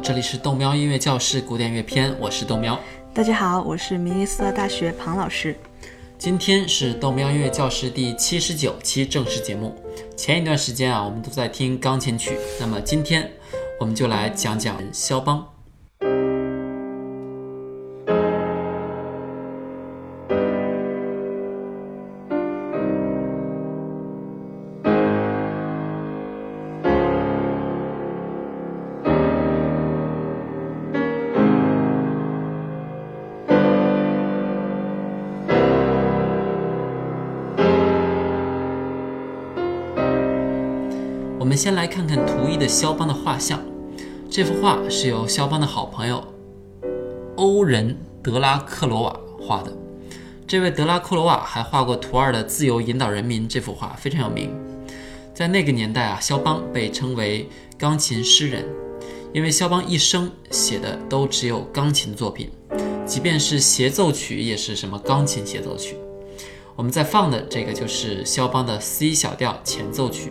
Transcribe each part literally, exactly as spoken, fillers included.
这里是豆喵音乐教室古典乐篇，我是豆喵。 大家好，我是明尼斯特大学庞老师。 今天是豆喵音乐教室第七十九期正式节目。前一段时间啊，我们都在听钢琴曲，那么今天我们就来讲讲肖邦。我们先来看看图一的肖邦的画像。这幅画是由肖邦的好朋友欧仁德拉克罗瓦画的。这位德拉克罗瓦还画过图二的《自由引导人民》，这幅画非常有名。在那个年代啊，肖邦被称为钢琴诗人，因为肖邦一生写的都只有钢琴作品，即便是协奏曲也是什么钢琴协奏曲。我们在放的这个就是肖邦的 C 小调前奏曲。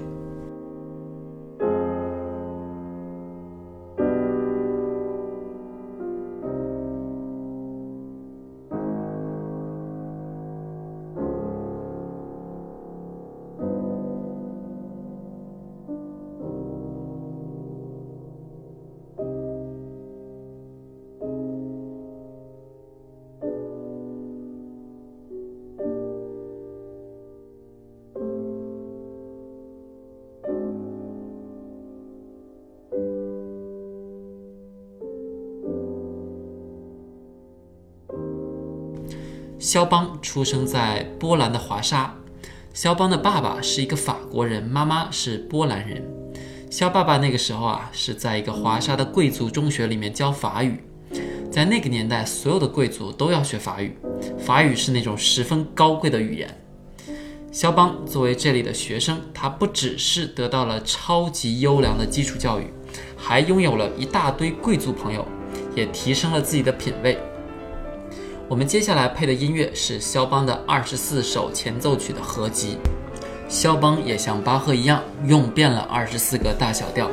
肖邦出生在波兰的华沙。肖邦的爸爸是一个法国人，妈妈是波兰人。肖爸爸那个时候啊，是在一个华沙的贵族中学里面教法语。在那个年代，所有的贵族都要学法语，法语是那种十分高贵的语言。肖邦作为这里的学生，他不只是得到了超级优良的基础教育，还拥有了一大堆贵族朋友，也提升了自己的品味。我们接下来配的音乐是肖邦的二十四首前奏曲的合集。肖邦也像巴赫一样，用遍了二十四个大小调。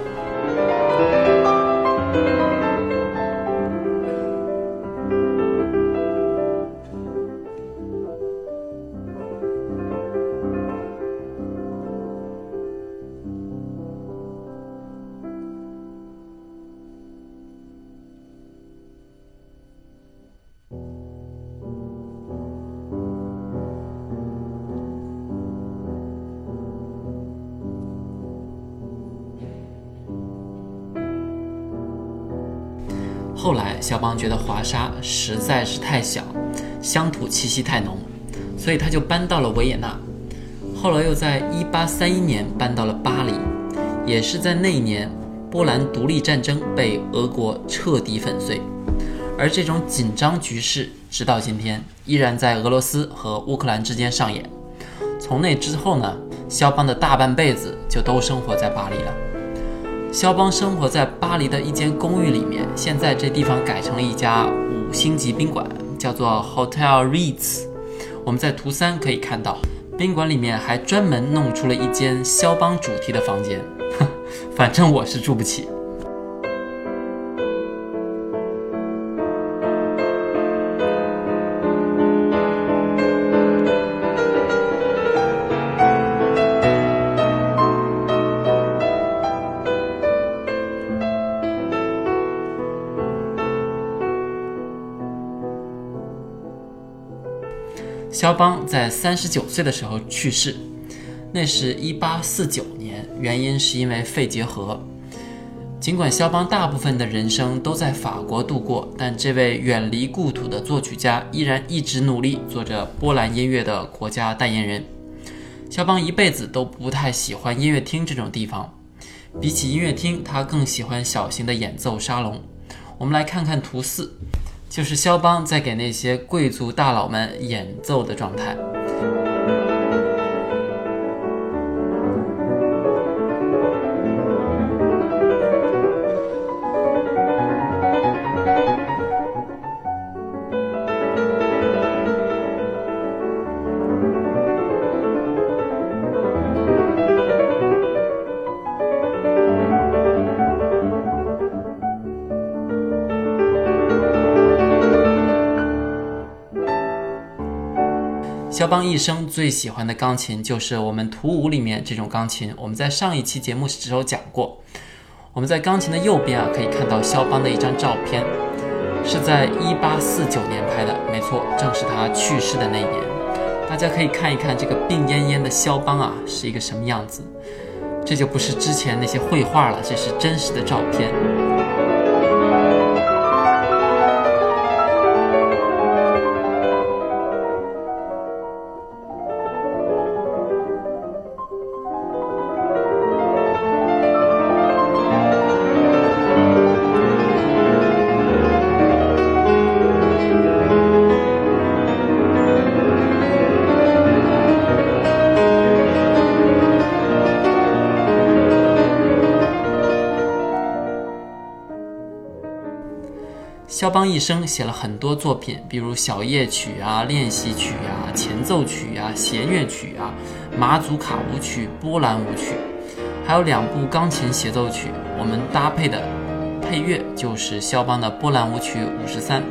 后来肖邦觉得华沙实在是太小，乡土气息太浓，所以他就搬到了维也纳。后来又在一八三一年搬到了巴黎，也是在那一年波兰独立战争被俄国彻底粉碎。而这种紧张局势直到今天依然在俄罗斯和乌克兰之间上演。从那之后呢，肖邦的大半辈子就都生活在巴黎了。肖邦生活在巴黎的一间公寓里面，现在这地方改成了一家五星级宾馆，叫做 Hotel Ritz。 我们在图三可以看到，宾馆里面还专门弄出了一间肖邦主题的房间，反正我是住不起。肖邦在三十九岁的时候去世，那是一八四九年，原因是因为肺结核。尽管肖邦大部分的人生都在法国度过，但这位远离故土的作曲家依然一直努力做着波兰音乐的国家代言人。肖邦一辈子都不太喜欢音乐厅这种地方，比起音乐厅，他更喜欢小型的演奏沙龙。我们来看看图四，就是肖邦在给那些贵族大佬们演奏的状态。 肖邦一生最喜欢的钢琴就是我们图五里面这种钢琴，我们在上一期节目时候讲过。我们在钢琴的右边啊，可以看到肖邦的一张照片，是在一八四九年拍的，没错，正是他去世的那一年。大家可以看一看这个病恹恹的肖邦啊，是一个什么样子。这就不是之前那些绘画了，这是真实的照片。肖邦一生写了很多作品，比如小夜曲啊、练习曲啊、前奏曲啊、弦乐曲啊、马祖卡舞曲、波兰舞曲，还有两部钢琴协奏曲。我们搭配的配乐就是肖邦的波兰舞曲五十三。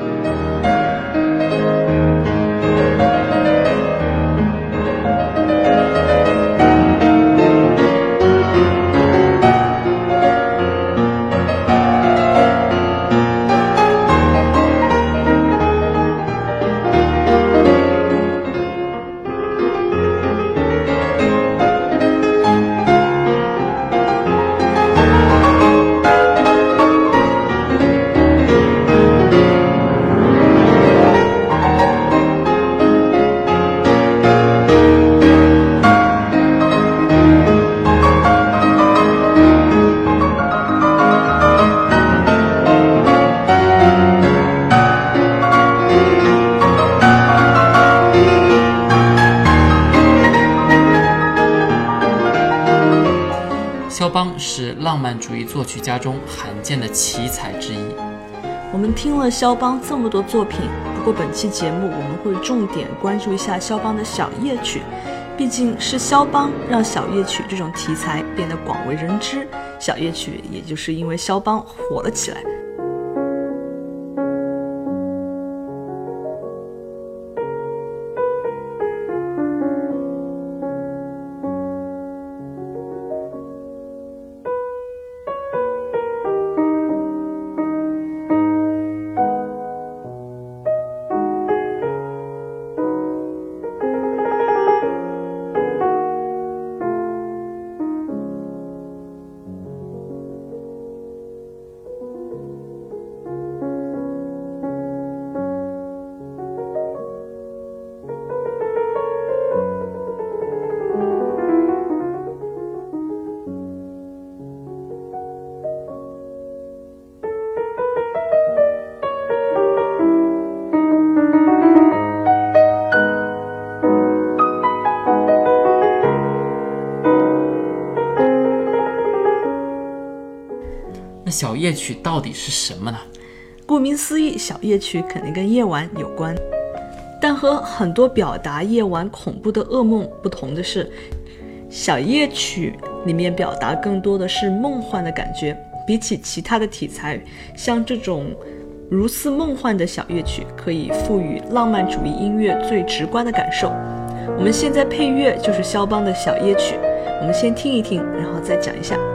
肖邦是浪漫主义作曲家中罕见的奇才之一。 我们听了肖邦这么多作品，不过本期节目我们会重点关注一下肖邦的小夜曲，毕竟是肖邦让小夜曲这种题材变得广为人知，小夜曲也就是因为肖邦火了起来。 那小夜曲到底是什么呢？ 顾名思义，小夜曲肯定跟夜晚有关，但和很多表达夜晚恐怖的噩梦不同的是，小夜曲里面表达更多的是梦幻的感觉。比起其他的题材，像这种如此梦幻的小夜曲可以赋予浪漫主义音乐最直观的感受。我们现在配乐就是肖邦的小夜曲，我们先听一听，然后再讲一下。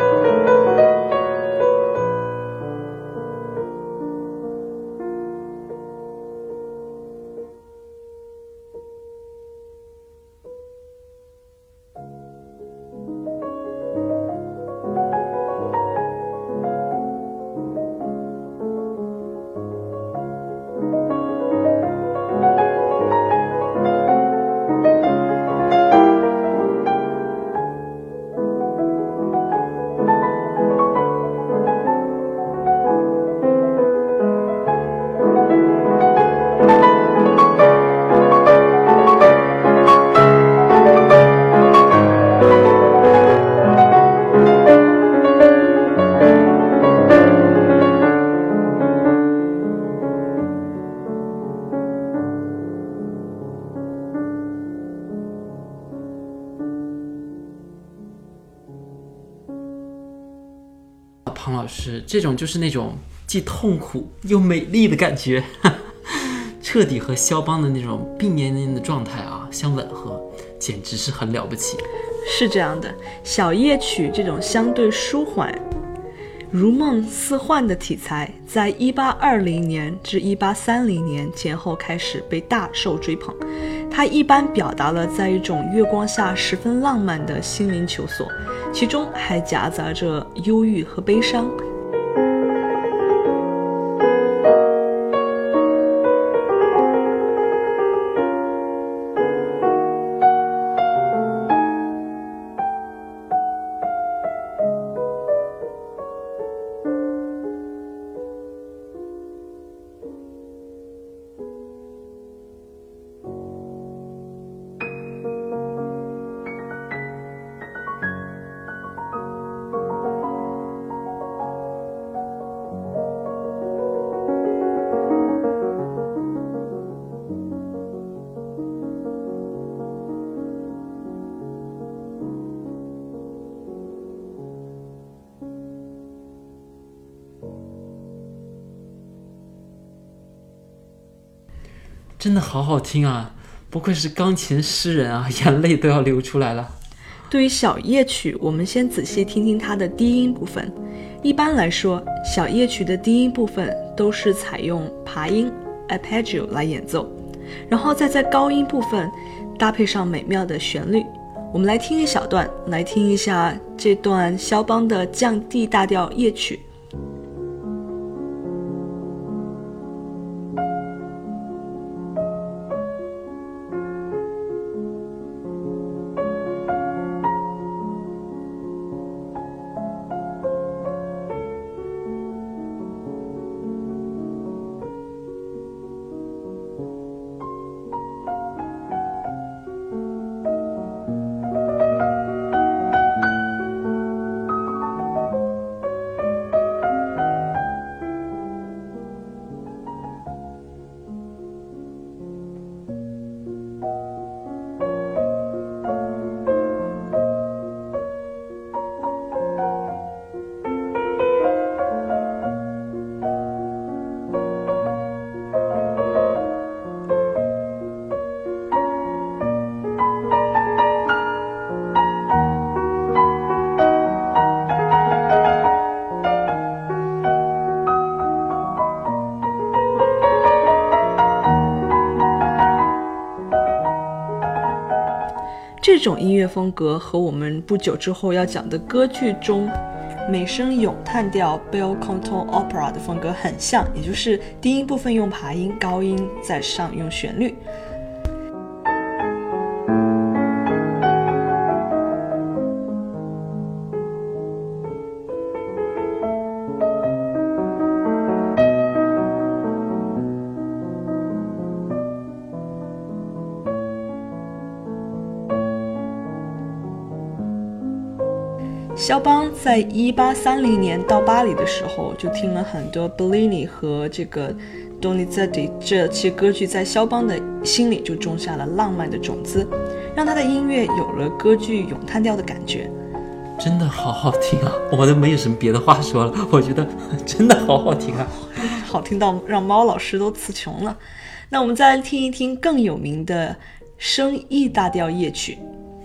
庞老师，这种就是那种既痛苦又美丽的感觉，彻彻底和肖邦的那种并联联的状态啊相吻合，简直是很了不起。 是这样的，小夜曲这种相对舒缓、如梦似幻的题材，在一八二零年至一八三零年前后开始被大受追捧。它一般表达了在一种月光下十分浪漫的心灵求索，其中还夹杂着忧郁和悲伤。 真的好好听啊，不愧是钢琴诗人啊，眼泪都要流出来了。 对于小夜曲，我们先仔细听听它的低音部分。一般来说，小夜曲的低音部分都是采用爬音 arpeggio 来演奏，然后再在高音部分搭配上美妙的旋律。我们来听一小段，来听一下这段肖邦的降 D 大调夜曲。这种音乐风格和我们不久之后要讲的歌剧中美声咏叹调 bel canto opera 的风格很像，也就是低音部分用爬音，高音在上用旋律。肖邦在一八三零年到巴黎的时候，就听了很多 Bellini 和这个 Donizetti 这些歌剧，在肖邦的心里就种下了浪漫的种子，让他的音乐有了歌剧咏叹调的感觉。 真的好好听啊，我都没有什么别的话说了，我觉得真的好好听啊， 好听到让猫老师都词穷了。那我们再来听一听更有名的升 E 大调夜曲。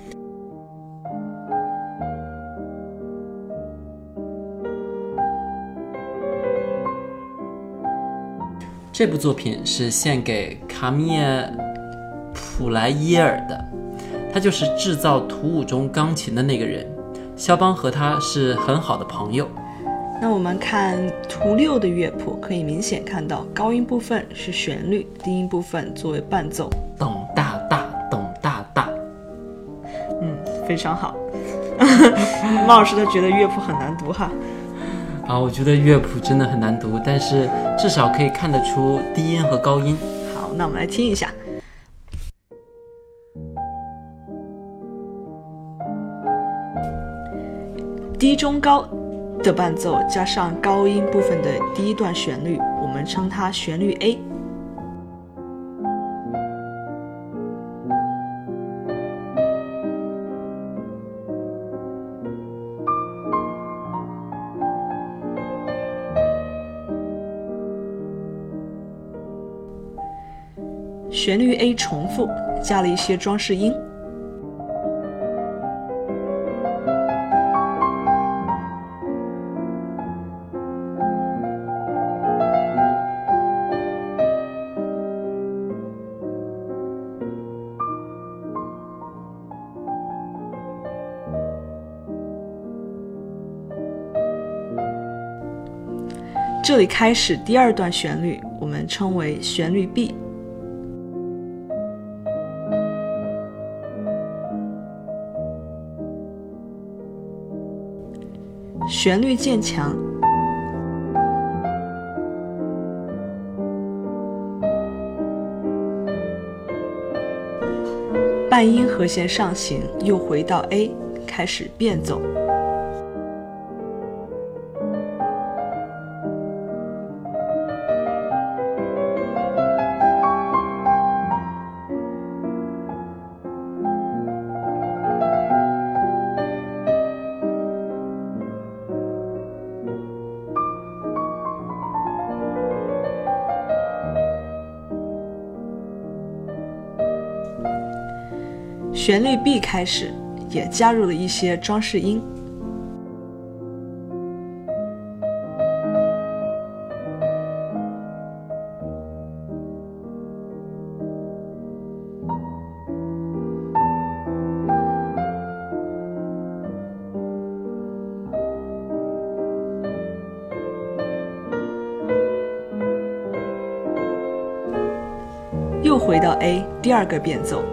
这部作品是献给卡米尔·普莱耶尔的，他就是制造图五中钢琴的那个人。肖邦和他是很好的朋友。 那我们看图六的乐谱，可以明显看到高音部分是旋律，低音部分作为伴奏， 咚大大咚大大。 嗯，非常好。猫老师都觉得乐谱很难读哈。 啊，我觉得乐谱真的很难读，但是至少可以看得出低音和高音。 好，那我们来听一下。低中高的伴奏加上高音部分的第一段旋律，我们称它旋律 A。 旋律 A 重复，加了一些装饰音。这里开始第二段旋律，我们称为旋律 B。旋律渐强，半音和弦上行，又回到 A， 开始变奏。旋律 B 开始，也加入了一些装饰音。又回到 A， 第二个变奏。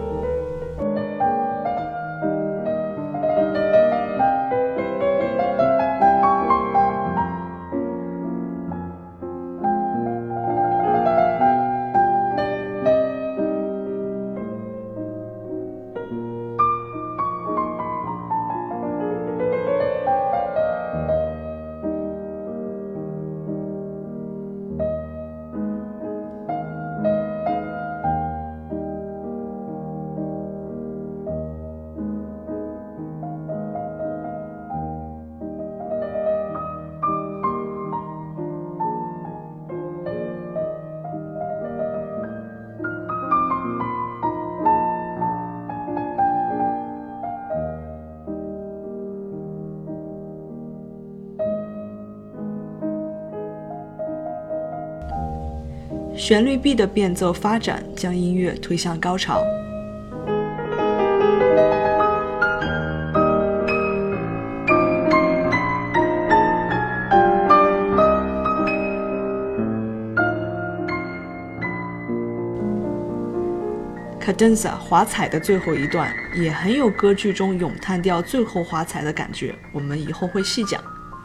旋律 B 的变奏发展将音乐推向高潮。cadenza 华彩的最后一段也很有歌剧中咏叹调最后华彩的感觉，我们以后会细讲。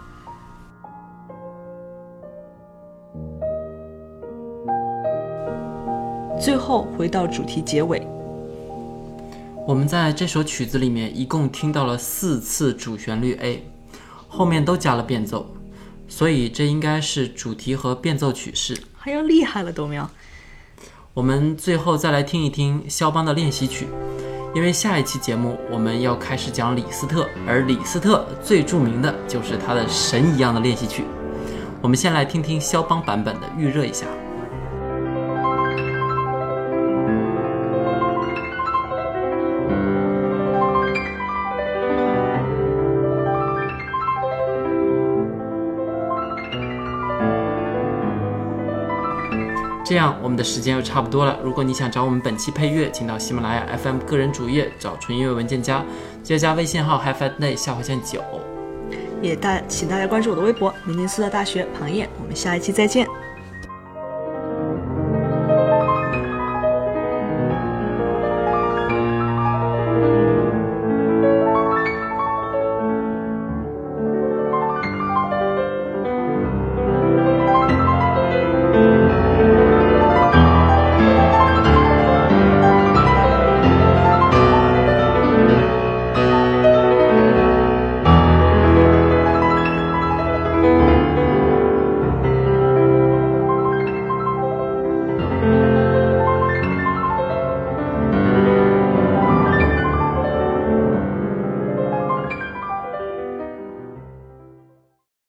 最后回到主题结尾。 我们在这首曲子里面一共听到了四次主旋律 A， 后面都加了变奏，所以这应该是主题和变奏曲式。 还要厉害了，豆苗。 我们最后再来听一听肖邦的练习曲，因为下一期节目我们要开始讲李斯特，而李斯特最著名的就是他的神一样的练习曲。我们先来听听肖邦版本的，预热一下。这样我们的时间又差不多了。如果你想找我们本期配乐，请到喜马拉雅 F M 个人主页找纯音乐文件夹，记得加微信号 HiFiDay 下划线九。 也大请大家关注我的微博明尼斯特大学庞燕，我们下一期再见。